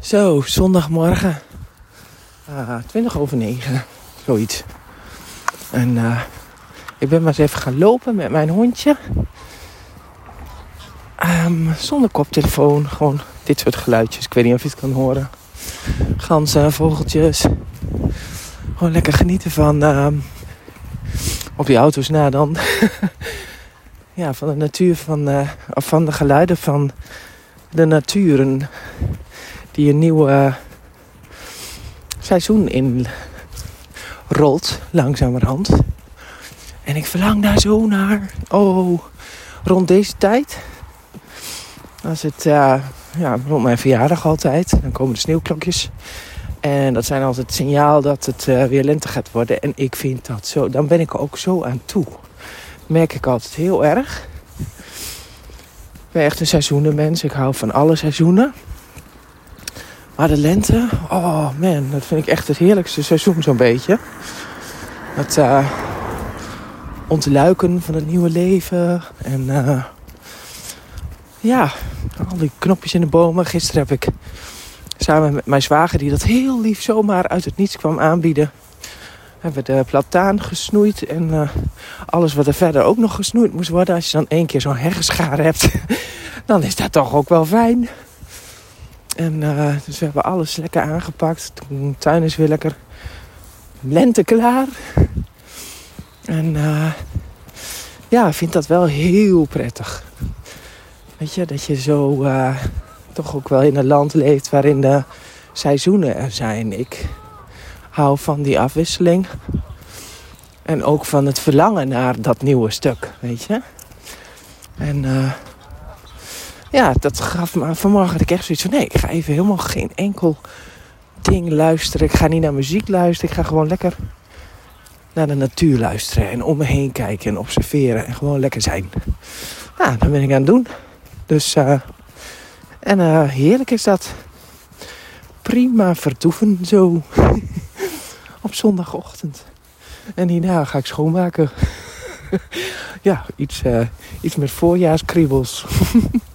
Zo, zondagmorgen. 9:20, zoiets. En ik ben maar eens even gaan lopen met mijn hondje. Zonder koptelefoon, gewoon dit soort geluidjes. Ik weet niet of je het kan horen. Ganzen, vogeltjes. Gewoon lekker genieten van... op die auto's na dan. Ja, van de natuur, of van de geluiden van de naturen. Die een nieuw seizoen in rolt, langzamerhand. En ik verlang daar zo naar. Oh, rond deze tijd. Als het, rond mijn verjaardag altijd. Dan komen de sneeuwklokjes. En dat zijn altijd het signaal dat het weer lente gaat worden. En ik vind dat zo, dan ben ik ook zo aan toe. Merk ik altijd heel erg. Ik ben echt een seizoenenmens. Ik hou van alle seizoenen. Maar de lente, oh man, dat vind ik echt het heerlijkste seizoen zo'n beetje. Het ontluiken van het nieuwe leven. En al die knopjes in de bomen. Gisteren heb ik samen met mijn zwager, die dat heel lief zomaar uit het niets kwam aanbieden, hebben we de plataan gesnoeid. En alles wat er verder ook nog gesnoeid moest worden. Als je dan 1 keer zo'n heggenschaar hebt, dan is dat toch ook wel fijn. En dus we hebben alles lekker aangepakt. De tuin is weer lekker lente klaar. En ik vind dat wel heel prettig. Weet je, dat je zo toch ook wel in een land leeft waarin de seizoenen er zijn. Ik hou van die afwisseling. En ook van het verlangen naar dat nieuwe stuk, weet je. En dat gaf me vanmorgen dat ik echt zoiets van... nee, ik ga even helemaal geen enkel ding luisteren. Ik ga niet naar muziek luisteren. Ik ga gewoon lekker naar de natuur luisteren. En om me heen kijken en observeren. En gewoon lekker zijn. Nou, dat ben ik aan het doen. Dus, heerlijk is dat. Prima vertoeven zo. Op zondagochtend. En hierna ga ik schoonmaken. Ja, iets met voorjaarskriebels.